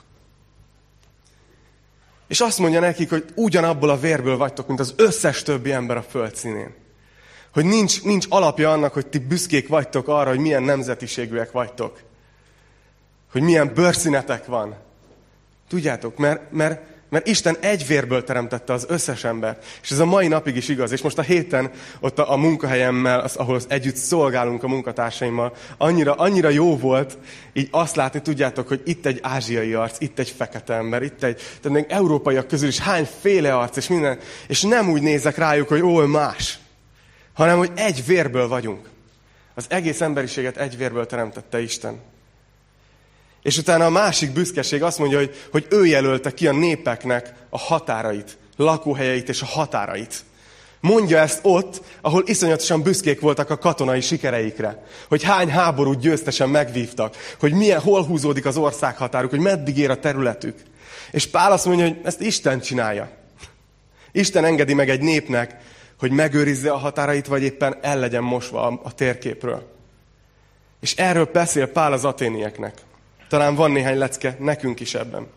És azt mondja nekik, hogy ugyanabból a vérből vagytok, mint az összes többi ember a földszínén. Hogy nincs, nincs alapja annak, hogy ti büszkék vagytok arra, hogy milyen nemzetiségűek vagytok. Hogy milyen bőrszínetek van. Tudjátok, mert, mert, mert Isten egy vérből teremtette az összes embert. És ez a mai napig is igaz. És most a héten ott a, a munkahelyemmel, az, ahol együtt szolgálunk a munkatársaimmal, annyira, annyira jó volt így azt látni, tudjátok, hogy itt egy ázsiai arc, itt egy fekete ember, itt egy, tehát még európaiak közül is hányféle arc, és minden. És nem úgy nézek rájuk, hogy ó, más, hanem hogy egy vérből vagyunk. Az egész emberiséget egy vérből teremtette Isten. És utána a másik büszkeség azt mondja, hogy, hogy ő jelölte ki a népeknek a határait, lakóhelyeit és a határait. Mondja ezt ott, ahol iszonyatosan büszkék voltak a katonai sikereikre. Hogy hány háborút győztesen megvívtak. Hogy milyen, hol húzódik az országhatáruk, hogy meddig ér a területük. És Pál azt mondja, hogy ezt Isten csinálja. Isten engedi meg egy népnek, hogy megőrizze a határait, vagy éppen el legyen mosva a, a térképről. És erről beszél Pál az aténieknek. Talán van néhány lecke nekünk is ebben.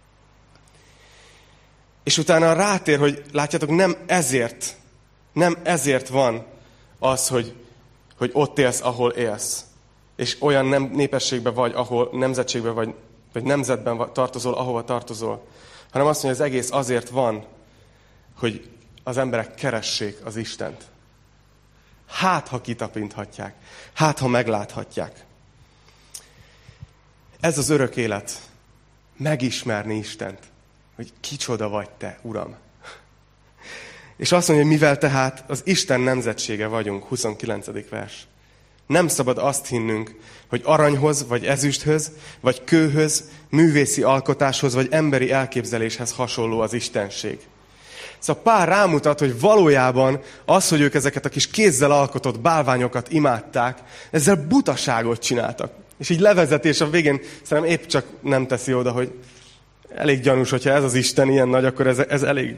És utána rátér, hogy látjátok, nem ezért, nem ezért van az, hogy, hogy ott élsz, ahol élsz. És olyan nem, népességben vagy, ahol nemzetségben vagy, vagy nemzetben tartozol, ahova tartozol. Hanem azt mondja, az egész azért van, hogy az emberek keressék az Istent. Hát, ha kitapinthatják. Hát, ha megláthatják. Ez az örök élet. Megismerni Istent. Hogy kicsoda vagy te, Uram. És azt mondja, hogy mivel tehát az Isten nemzetsége vagyunk, huszonkilencedik vers. Nem szabad azt hinnünk, hogy aranyhoz, vagy ezüsthöz, vagy kőhöz, művészi alkotáshoz, vagy emberi elképzeléshez hasonló az istenség. Szóval Pál rámutat, hogy valójában az, hogy ők ezeket a kis kézzel alkotott bálványokat imádták, ezzel butaságot csináltak. És így levezetés a végén szerintem épp csak nem teszi oda, hogy elég gyanús, hogyha ez az Isten ilyen nagy, akkor ez, ez elég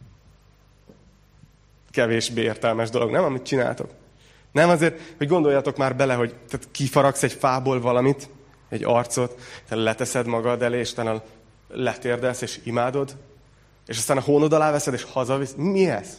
kevésbé értelmes dolog, nem, amit csináltok? Nem azért, hogy gondoljatok már bele, hogy tehát kifaragsz egy fából valamit, egy arcot, te leteszed magad elé, és te letérdelsz, és imádod, és aztán a hónod alá veszed, és hazavisz. Mi ez?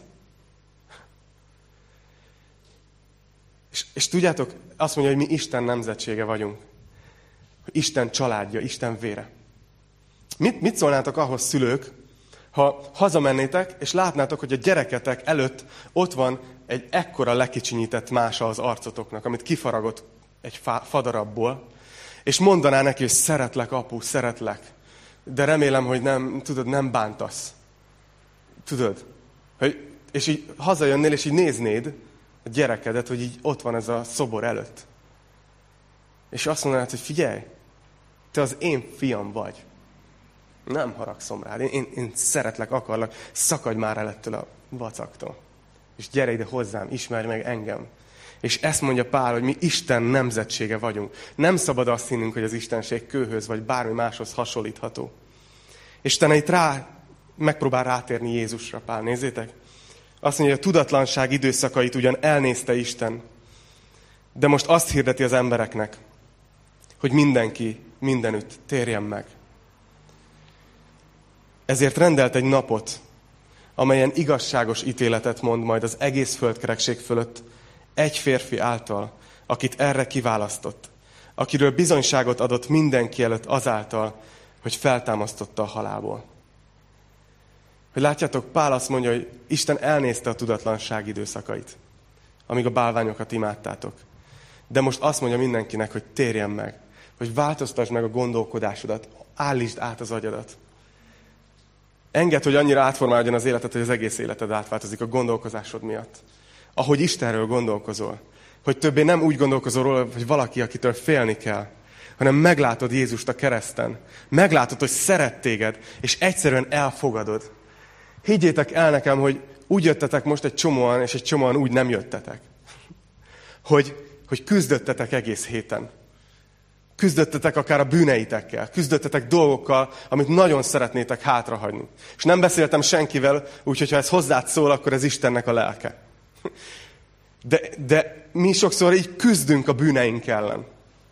És, és tudjátok, azt mondja, hogy mi Isten nemzetsége vagyunk. Hogy Isten családja, Isten vére. Mit, mit szólnátok ahhoz, szülők, ha hazamennétek, és látnátok, hogy a gyereketek előtt ott van egy ekkora lekicsinyített mása az arcotoknak, amit kifaragott egy fa, fadarabból, és mondaná neki, hogy szeretlek, apu, szeretlek, de remélem, hogy nem, tudod, nem bántasz. Tudod? Hogy, és így hazajönnél, és így néznéd a gyerekedet, hogy így ott van ez a szobor előtt. És azt mondanád, hogy figyelj, te az én fiam vagy. Nem haragszom rád. Én, én, én szeretlek, akarlak. Szakadj már el ettől a vacaktól. És gyere ide hozzám, ismerj meg engem. És ezt mondja Pál, hogy mi Isten nemzetsége vagyunk. Nem szabad azt hinnünk, hogy az Istenség kőhöz, vagy bármi máshoz hasonlítható. És te itt rá, megpróbál rátérni Jézusra, Pál. Nézzétek. Azt mondja, hogy a tudatlanság időszakait ugyan elnézte Isten, de most azt hirdeti az embereknek, hogy mindenki mindenütt térjen meg. Ezért rendelt egy napot, amelyen igazságos ítéletet mond majd az egész földkerekség fölött egy férfi által, akit erre kiválasztott, akiről bizonyságot adott mindenki előtt azáltal, hogy feltámasztotta a halálból. Hogy látjátok, Pál azt mondja, hogy Isten elnézte a tudatlanság időszakait, amíg a bálványokat imádtátok. De most azt mondja mindenkinek, hogy térjen meg, hogy változtasd meg a gondolkodásodat, állítsd át az agyadat. Engedd, hogy annyira átformálódjon az életed, hogy az egész életed átváltozik a gondolkozásod miatt. Ahogy Istenről gondolkozol. Hogy többé nem úgy gondolkozol róla, hogy valaki, akitől félni kell, hanem meglátod Jézust a kereszten. Meglátod, hogy szeret téged, és egyszerűen elfogadod. Higgyétek el nekem, hogy úgy jöttetek most egy csomóan, és egy csomóan úgy nem jöttetek. Hogy, hogy küzdöttetek egész héten. Küzdöttetek akár a bűneitekkel, küzdöttetek dolgokkal, amit nagyon szeretnétek hátrahagyni. És nem beszéltem senkivel, úgyhogy ha ez hozzád szól, akkor ez Istennek a lelke. De, de mi sokszor így küzdünk a bűneink ellen.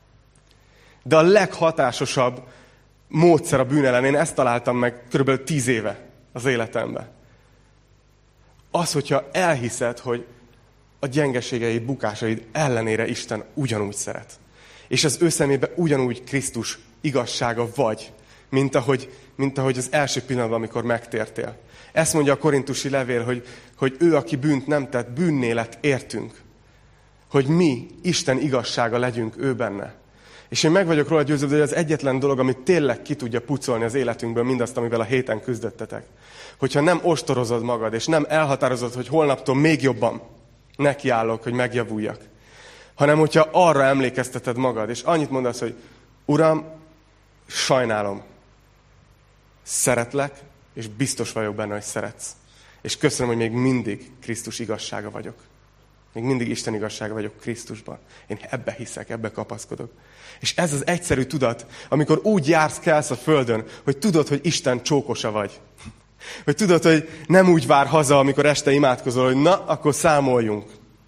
De a leghatásosabb módszer a bűn ellen, én ezt találtam meg körülbelül tíz éve az életemben. Az, hogyha elhiszed, hogy a gyengeségeid, bukásaid ellenére Isten ugyanúgy szeret. És az ő szemében ugyanúgy Krisztus igazsága vagy, mint ahogy, mint ahogy az első pillanatban, amikor megtértél. Ezt mondja a korintusi levél, hogy, hogy ő, aki bűnt nem tett, bűnné lett értünk. Hogy mi Isten igazsága legyünk ő benne. És én meg vagyok róla győződve, hogy az egyetlen dolog, amit tényleg ki tudja pucolni az életünkből mindazt, amivel a héten küzdöttetek. Hogyha nem ostorozod magad, és nem elhatározod, hogy holnaptól még jobban nekiállok, hogy megjavuljak. Hanem hogyha arra emlékezteted magad, és annyit mondasz, hogy Uram, sajnálom, szeretlek, és biztos vagyok benne, hogy szeretsz. És köszönöm, hogy még mindig Krisztus igazsága vagyok. Még mindig Isten igazsága vagyok Krisztusban. Én ebbe hiszek, ebbe kapaszkodok. És ez az egyszerű tudat, amikor úgy jársz, kelsz a földön, hogy tudod, hogy Isten csókosa vagy. Hogy tudod, hogy nem úgy vár haza, amikor este imádkozol, hogy na, akkor számoljunk.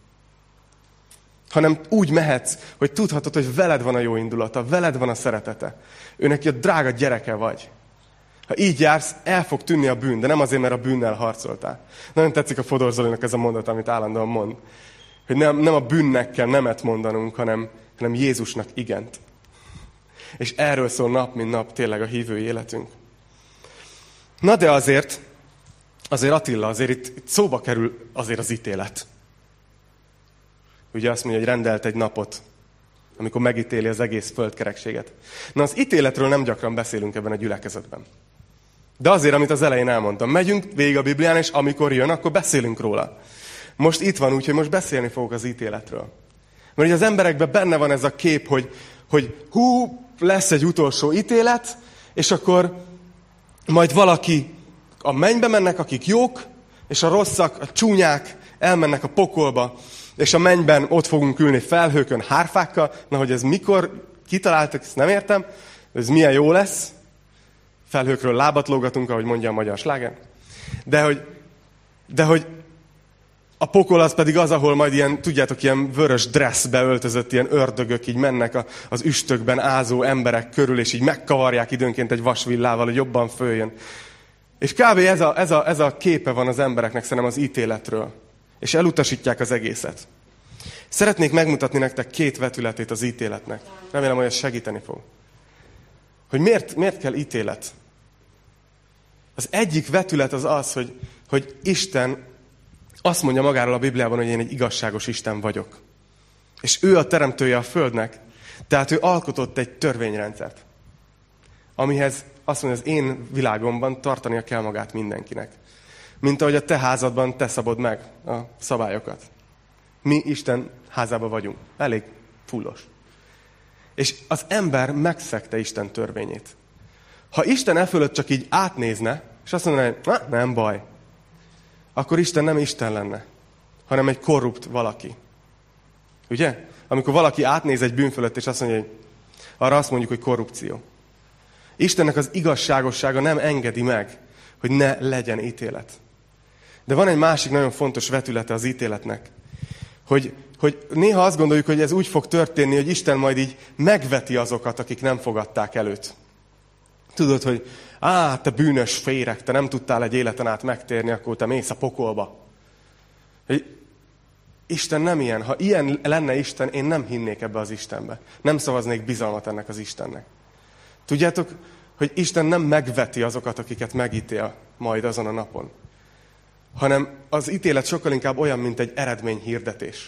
Hanem úgy mehetsz, hogy tudhatod, hogy veled van a jó indulata, veled van a szeretete. Ő neki a drága gyereke vagy. Ha így jársz, el fog tűnni a bűn, de nem azért, mert a bűnnel harcoltál. Nagyon tetszik a Fodor Zolinak ez a mondat, amit állandóan mond. Hogy nem, nem a bűnnek kell nemet mondanunk, hanem, hanem Jézusnak igent. És erről szól nap, mint nap tényleg a hívői életünk. Na de azért, azért Attila, azért itt, itt szóba kerül azért az ítélet. Ugye azt mondja, hogy rendelt egy napot, amikor megítéli az egész földkerekséget. Na, az ítéletről nem gyakran beszélünk ebben a gyülekezetben. De azért, amit az elején elmondtam, megyünk végig a Biblián, és amikor jön, akkor beszélünk róla. Most itt van, úgyhogy most beszélni fogok az ítéletről. Mert ugye az emberekben benne van ez a kép, hogy, hogy hú, lesz egy utolsó ítélet, és akkor majd valaki a mennybe mennek, akik jók, és a rosszak, a csúnyák elmennek a pokolba, és a mennyben ott fogunk ülni felhőkön, hárfákkal. Na, hogy ez mikor kitaláltak, ezt nem értem. Ez milyen jó lesz. Felhőkről lábat lógatunk, ahogy mondja a magyar sláger. De hogy, de hogy a pokol az pedig az, ahol majd ilyen, tudjátok, ilyen vörös dresszbe öltözött ilyen ördögök így mennek a, az üstökben ázó emberek körül, és így megkavarják időnként egy vasvillával, hogy jobban följön. És kb. ez a, ez, a, ez a képe van az embereknek szerintem az ítéletről. És elutasítják az egészet. Szeretnék megmutatni nektek két vetületét az ítéletnek. Remélem, hogy ez segíteni fog. Hogy miért, miért kell ítélet? Az egyik vetület az az, hogy, hogy Isten azt mondja magáról a Bibliában, hogy én egy igazságos Isten vagyok. És ő a teremtője a Földnek. Tehát ő alkotott egy törvényrendszert, amihez azt mondja, az én világomban tartania kell magát mindenkinek. Mint ahogy a te házadban te szabod meg a szabályokat. Mi Isten házában vagyunk. Elég fullos. És az ember megszegte Isten törvényét. Ha Isten e fölött csak így átnézne, és azt mondaná, hogy na, nem baj, akkor Isten nem Isten lenne, hanem egy korrupt valaki. Ugye? Amikor valaki átnéz egy bűn fölött, és azt mondja, hogy arra azt mondjuk, hogy korrupció. Istennek az igazságossága nem engedi meg, hogy ne legyen ítélet. De van egy másik nagyon fontos vetülete az ítéletnek, hogy, hogy néha azt gondoljuk, hogy ez úgy fog történni, hogy Isten majd így megveti azokat, akik nem fogadták előtt. Tudod, hogy á, te bűnös féreg, te nem tudtál egy életen át megtérni, akkor te mész a pokolba. Hogy Isten nem ilyen. Ha ilyen lenne Isten, én nem hinnék ebbe az Istenbe. Nem szavaznék bizalmat ennek az Istennek. Tudjátok, hogy Isten nem megveti azokat, akiket megítél majd azon a napon. Hanem az ítélet sokkal inkább olyan, mint egy eredményhirdetés.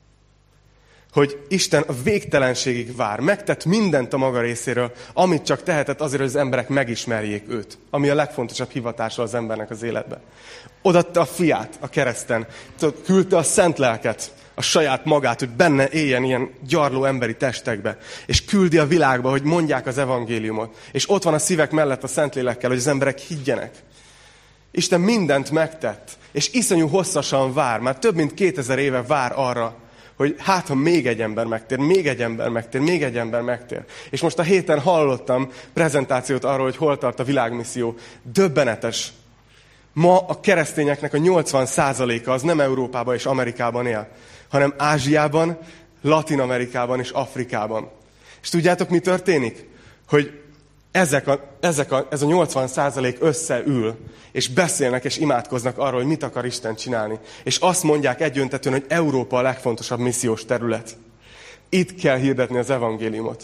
Hogy Isten a végtelenségig vár, megtett mindent a maga részéről, amit csak tehetett azért, hogy az emberek megismerjék őt. Ami a legfontosabb hivatása az embernek az életben. Odatta a fiát a kereszten, küldte a szent lelket, a saját magát, hogy benne éljen ilyen gyarló emberi testekbe. És küldi a világba, hogy mondják az evangéliumot. És ott van a szívek mellett a Szentlélekkel, hogy az emberek higgyenek. Isten mindent megtett, és iszonyú hosszasan vár, már több mint kétezer éve vár arra, hogy hát, ha még egy ember megtér, még egy ember megtér, még egy ember megtér. És most a héten hallottam prezentációt arról, hogy hol tart a világmisszió. Döbbenetes. Ma a keresztényeknek a nyolcvan százaléka az nem Európában és Amerikában él, hanem Ázsiában, Latin-Amerikában és Afrikában. És tudjátok, mi történik? Hogy ezek a, ezek a, ez a nyolcvan százalék összeül, és beszélnek és imádkoznak arról, hogy mit akar Isten csinálni. És azt mondják egyöntetően, hogy Európa a legfontosabb missziós terület. Itt kell hirdetni az evangéliumot.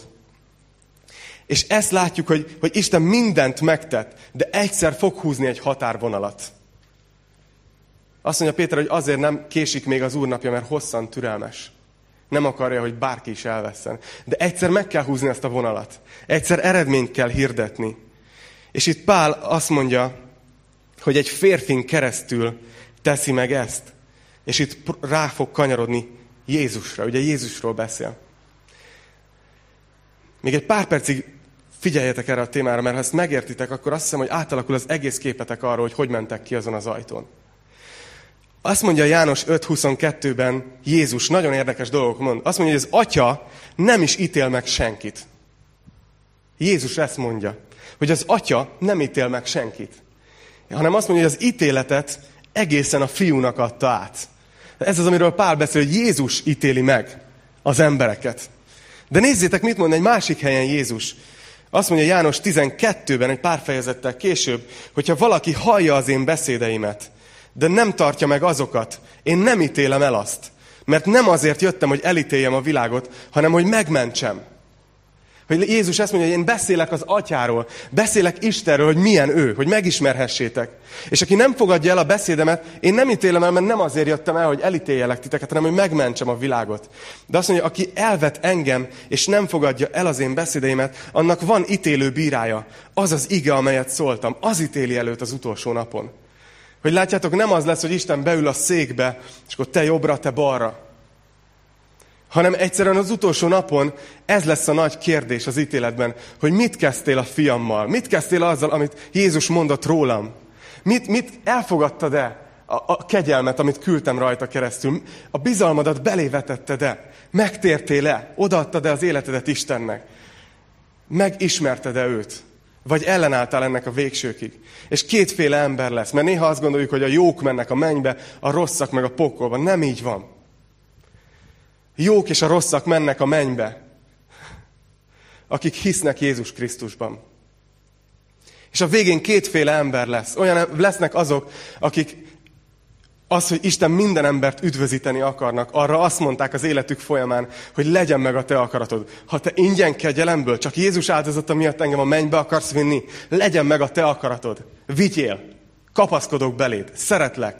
És ezt látjuk, hogy, hogy Isten mindent megtett, de egyszer fog húzni egy határvonalat. Azt mondja Péter, hogy azért nem késik még az Úrnapja, mert hosszan türelmes. Nem akarja, hogy bárki is elvesszen. De egyszer meg kell húzni ezt a vonalat. Egyszer eredményt kell hirdetni. És itt Pál azt mondja, hogy egy férfin keresztül teszi meg ezt. És itt rá fog kanyarodni Jézusra. Ugye Jézusról beszél. Még egy pár percig figyeljetek erre a témára, mert ha ezt megértitek, akkor azt hiszem, hogy átalakul az egész képetek arról, hogy hogy mentek ki azon az ajtón. Azt mondja János öt huszonkettőben Jézus, nagyon érdekes dolgok mond. Azt mondja, hogy az Atya nem is ítél meg senkit. Jézus ezt mondja, hogy az Atya nem ítél meg senkit. Hanem azt mondja, hogy az ítéletet egészen a Fiúnak adta át. Ez az, amiről Pál beszél, hogy Jézus ítéli meg az embereket. De nézzétek, mit mond egy másik helyen Jézus. Azt mondja János tizenkettőben, egy pár fejezettel később, hogyha valaki hallja az én beszédeimet, de nem tartja meg azokat, én nem ítélem el azt. Mert nem azért jöttem, hogy elítéljem a világot, hanem hogy megmentsem. Hogy Jézus ezt mondja, hogy én beszélek az Atyáról, beszélek Istenről, hogy milyen ő, hogy megismerhessétek. És aki nem fogadja el a beszédemet, én nem ítélem el, mert nem azért jöttem el, hogy elítéljelek titeket, hanem hogy megmentsem a világot. De azt mondja, aki elvet engem, és nem fogadja el az én beszédeimet, annak van ítélő bírája. Az az ige, amelyet szóltam, az ítéli előtt az utolsó napon. Hogy látjátok, nem az lesz, hogy Isten beül a székbe, és akkor te jobbra, te balra. Hanem egyszerűen az utolsó napon ez lesz a nagy kérdés az ítéletben, hogy mit kezdtél a fiammal? Mit kezdtél azzal, amit Jézus mondott rólam? Mit, mit elfogadtad-e a, a kegyelmet, amit küldtem rajta keresztül? A bizalmadat belévetetted-e? Megtértél-e? Odaadtad-e az életedet Istennek? Megismerted-e őt? Vagy ellenálltál ennek a végsőkig? És kétféle ember lesz, mert néha azt gondoljuk, hogy a jók mennek a mennybe, a rosszak meg a pokolba. Nem így van. Jók és a rosszak mennek a mennybe, akik hisznek Jézus Krisztusban. És a végén kétféle ember lesz. Olyan lesznek azok, akik az, hogy Isten minden embert üdvözíteni akarnak, arra azt mondták az életük folyamán, hogy legyen meg a te akaratod. Ha te ingyen kegyelemből, csak Jézus áldozata miatt engem a mennybe akarsz vinni, legyen meg a te akaratod. Vigyél, kapaszkodok beléd, szeretlek.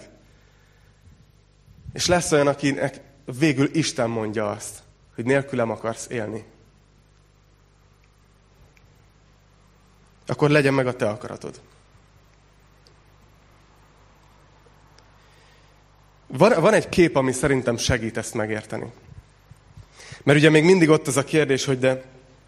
És lesz olyan, akinek végül Isten mondja azt, hogy nélkülem akarsz élni. Akkor legyen meg a te akaratod. Van, van egy kép, ami szerintem segít ezt megérteni. Mert ugye még mindig ott az a kérdés, hogy de,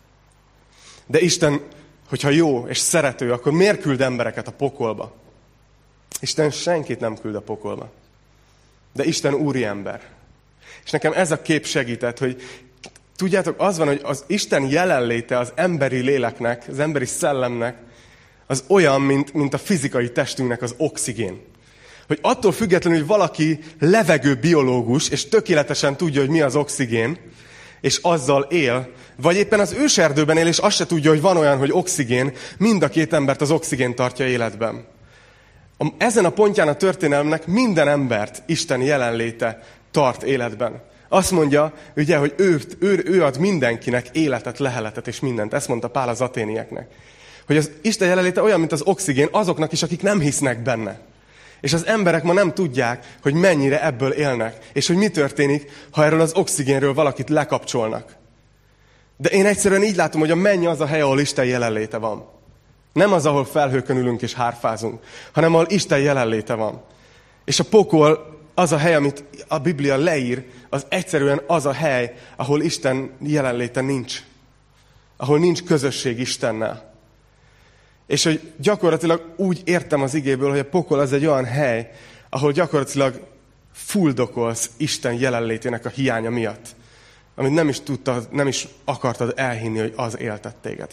de Isten, hogyha jó és szerető, akkor miért küld embereket a pokolba? Isten senkit nem küld a pokolba. De Isten úriember. És nekem ez a kép segített, hogy tudjátok, az van, hogy az Isten jelenléte az emberi léleknek, az emberi szellemnek, az olyan, mint, mint a fizikai testünknek az oxigén. Hogy attól függetlenül, hogy valaki levegő biológus, és tökéletesen tudja, hogy mi az oxigén, és azzal él, vagy éppen az őserdőben él, és azt se tudja, hogy van olyan, hogy oxigén, mind a két embert az oxigén tartja életben. Ezen a pontján a történelmnek minden embert Isten jelenléte tart életben. Azt mondja, ugye, hogy ő, ő, ő ad mindenkinek életet, leheletet és mindent. Ezt mondta Pál az aténieknek. Hogy az Isten jelenléte olyan, mint az oxigén azoknak is, akik nem hisznek benne. És az emberek ma nem tudják, hogy mennyire ebből élnek. És hogy mi történik, ha erről az oxigénről valakit lekapcsolnak. De én egyszerűen így látom, hogy a menny az a hely, ahol Isten jelenléte van. Nem az, ahol felhőkön ülünk és hárfázunk, hanem ahol Isten jelenléte van. És a pokol az a hely, amit a Biblia leír, az egyszerűen az a hely, ahol Isten jelenléte nincs. Ahol nincs közösség Istennel. És hogy gyakorlatilag úgy értem az igéből, hogy a pokol az egy olyan hely, ahol gyakorlatilag fuldokolsz Isten jelenlétének a hiánya miatt. Amit nem is tudtad, nem is akartad elhinni, hogy az éltet téged.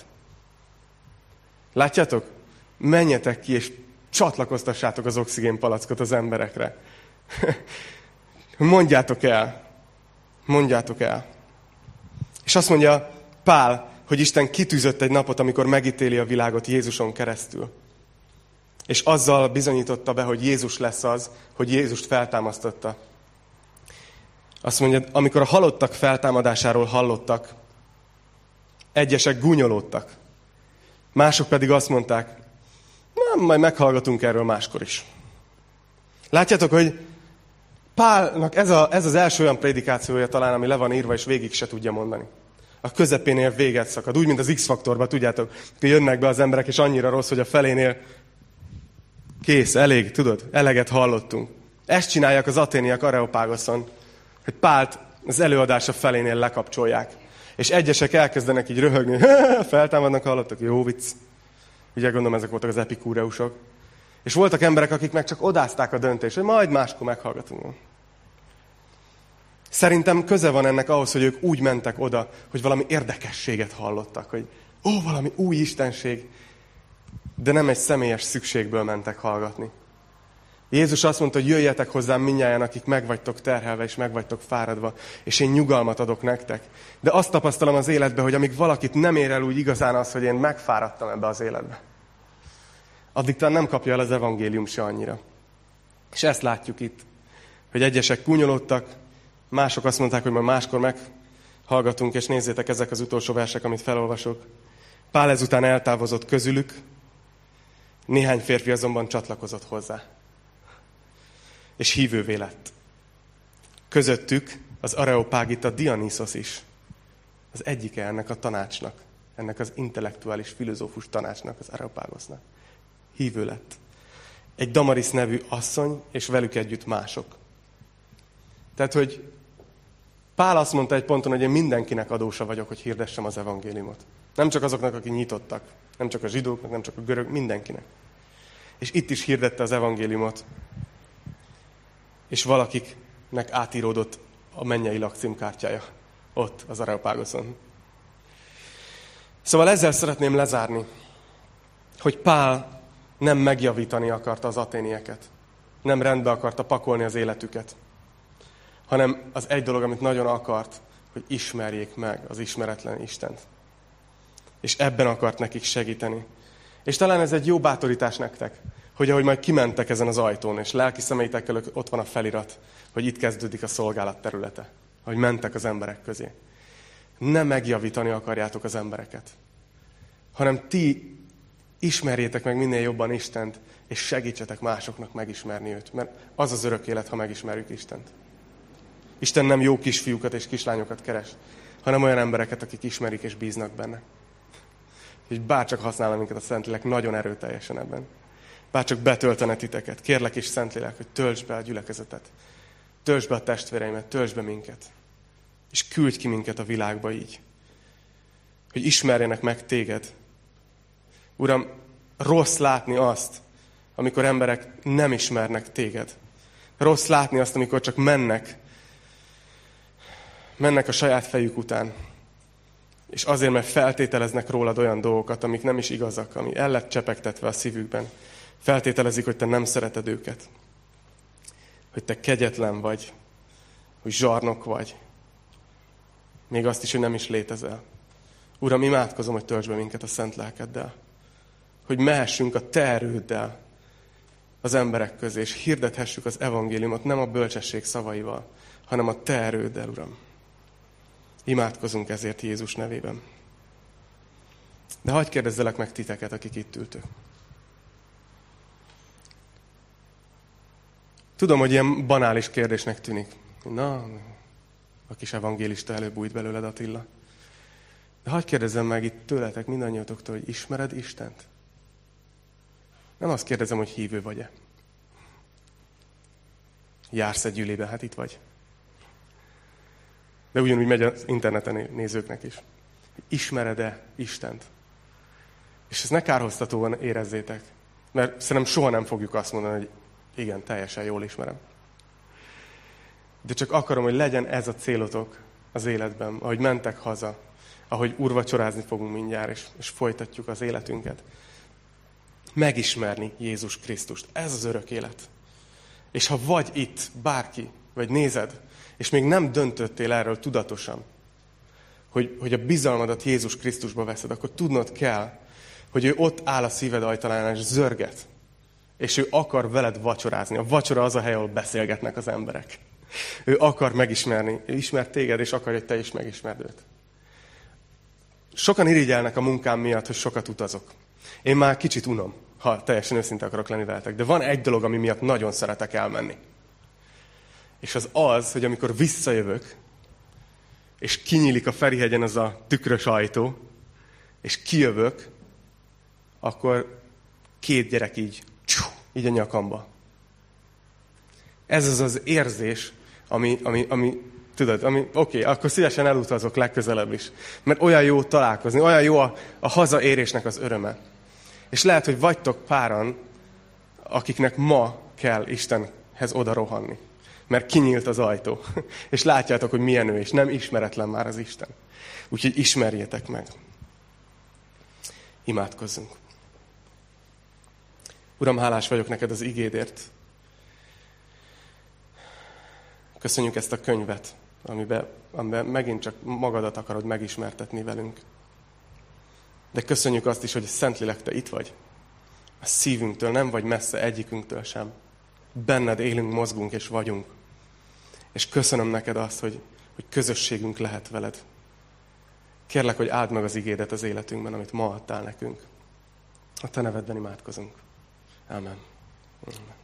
Látjátok? Menjetek ki, és csatlakoztassátok az oxigénpalackot az emberekre. Mondjátok el. Mondjátok el. És azt mondja Pál, hogy Isten kitűzött egy napot, amikor megítéli a világot Jézuson keresztül. És azzal bizonyította be, hogy Jézus lesz az, hogy Jézust feltámasztotta. Azt mondja, amikor a halottak feltámadásáról hallottak, egyesek gúnyolódtak. Mások pedig azt mondták, nem, majd meghallgatunk erről máskor is. Látjátok, hogy Pálnak ez, a, ez az első olyan prédikációja talán, ami le van írva, és végig se tudja mondani. A közepénél véget szakad. Úgy, mint az X-faktorban, tudjátok, hogy jönnek be az emberek, és annyira rossz, hogy a felénél kész, elég, tudod, eleget hallottunk. Ezt csinálják az aténiak Areopágoszon, hogy Pált az előadása felénél lekapcsolják. És egyesek elkezdenek így röhögni, feltámadnak, hallottak, jó vicc. Ugye gondolom, ezek voltak az epikúreusok. És voltak emberek, akik meg csak odázták a döntést, hogy majd máskor meghallgatunk. Szerintem köze van ennek ahhoz, hogy ők úgy mentek oda, hogy valami érdekességet hallottak, hogy ó, valami új istenség, de nem egy személyes szükségből mentek hallgatni. Jézus azt mondta, hogy jöjjetek hozzám mindnyájan, akik meg vagytok terhelve és meg vagytok fáradva, és én nyugalmat adok nektek. De azt tapasztalom az életben, hogy amíg valakit nem ér el úgy igazán az, hogy én megfáradtam ebbe az életbe, addig talán nem kapja el az evangélium se annyira. És ezt látjuk itt, hogy egyesek gúnyolódtak, mások azt mondták, hogy majd máskor hallgatunk, és nézzétek, ezek az utolsó versek, amit felolvasok. Pál ezután eltávozott közülük, néhány férfi azonban csatlakozott hozzá. És hívővé lett. Közöttük az Areopágita Dionysos is. Az egyike ennek a tanácsnak, ennek az intellektuális, filozófus tanácsnak, az Areopágosznak. Hívő lett. Egy Damaris nevű asszony, és velük együtt mások. Tehát, hogy Pál azt mondta egy ponton, hogy én mindenkinek adósa vagyok, hogy hirdessem az evangéliumot. Nem csak azoknak, akik nyitottak, nem csak a zsidóknak, nem csak a görög, mindenkinek. És itt is hirdette az evangéliumot. És valakiknek átíródott a mennyei lakcímkártyája ott, az Areopágoszon. Szóval ezzel szeretném lezárni, hogy Pál nem megjavítani akarta az aténieket. Nem rendbe akarta pakolni az életüket. Hanem az egy dolog, amit nagyon akart, hogy ismerjék meg az ismeretlen Istent. És ebben akart nekik segíteni. És talán ez egy jó bátorítás nektek, hogy ahogy majd kimentek ezen az ajtón, és lelki szemeitekkel ott van a felirat, hogy itt kezdődik a szolgálat területe. Ahogy mentek az emberek közé. Ne megjavítani akarjátok az embereket, hanem ti ismerjétek meg minél jobban Istent, és segítsetek másoknak megismerni őt. Mert az az örök élet, ha megismerjük Istent. Isten nem jó kisfiúkat és kislányokat keres, hanem olyan embereket, akik ismerik és bíznak benne. És bárcsak használna minket a Szentlélek nagyon erőteljesen ebben. Bárcsak betöltene titeket. Kérlek is, Szentlélek, hogy töltsd be a gyülekezetet. Töltsd be a testvéreimet, töltsd be minket. És küldj ki minket a világba így. Hogy ismerjenek meg téged. Uram, rossz látni azt, amikor emberek nem ismernek téged. Rossz látni azt, amikor csak mennek, mennek a saját fejük után. És azért, mert feltételeznek rólad olyan dolgokat, amik nem is igazak, ami el lett csepegtetve a szívükben. Feltételezik, hogy te nem szereted őket. Hogy te kegyetlen vagy, hogy zsarnok vagy. Még azt is, hogy nem is létezel. Uram, imádkozom, hogy töltsd be minket a szent lelkeddel. Hogy mehessünk a te erőddel az emberek közé, és hirdethessük az evangéliumot nem a bölcsesség szavaival, hanem a te erőddel, Uram. Imádkozunk ezért Jézus nevében. De hadd kérdezzelek meg titeket, akik itt ültök. Tudom, hogy ilyen banális kérdésnek tűnik. Na, a kis evangélista előbújt belőled, Attila. De hadd kérdezzem meg itt tőletek, mindannyiatoktól, hogy ismered Istent? Nem azt kérdezem, hogy hívő vagy-e. Jársz egy gyűlébe, hát itt vagy. De ugyanúgy megy az interneten nézőknek is. Ismered-e Istent? És ezt ne kárhoztatóan érezzétek. Mert szerintem soha nem fogjuk azt mondani, hogy igen, teljesen jól ismerem. De csak akarom, hogy legyen ez a célotok az életben, ahogy mentek haza, ahogy úrvacsorázni fogunk mindjárt, és, és folytatjuk az életünket. Megismerni Jézus Krisztust. Ez az örök élet. És ha vagy itt, bárki, vagy nézed, és még nem döntöttél erről tudatosan, hogy, hogy a bizalmadat Jézus Krisztusba veszed, akkor tudnod kell, hogy ő ott áll a szíved ajtaján, és zörget. És ő akar veled vacsorázni. A vacsora az a hely, ahol beszélgetnek az emberek. Ő akar megismerni. Ő ismer téged, és akar, hogy te is megismerd őt. Sokan irigyelnek a munkám miatt, hogy sokat utazok. Én már kicsit unom, ha teljesen őszinte akarok lenni veletek. De van egy dolog, ami miatt nagyon szeretek elmenni. És az az, hogy amikor visszajövök, és kinyílik a Ferihegyen az a tükrös ajtó, és kijövök, akkor két gyerek így, így a nyakamba. Ez az az érzés, ami, ami, ami tudod, ami, oké, okay, akkor szívesen elutazok legközelebb is. Mert olyan jó találkozni, olyan jó a, a hazaérésnek az öröme. És lehet, hogy vagytok páran, akiknek ma kell Istenhez oda rohanni. Mert kinyílt az ajtó. És látjátok, hogy milyen ő, és nem ismeretlen már az Isten. Úgyhogy ismerjétek meg. Imádkozzunk. Uram, hálás vagyok neked az igédért. Köszönjük ezt a könyvet, amiben, amiben megint csak magadat akarod megismertetni velünk. De köszönjük azt is, hogy a Szentlélek, te itt vagy. A szívünktől nem vagy messze egyikünktől sem. Benned élünk, mozgunk és vagyunk. És köszönöm neked azt, hogy, hogy közösségünk lehet veled. Kérlek, hogy áld meg az igédet az életünkben, amit ma adtál nekünk. A te nevedben imádkozunk. Amen. Amen.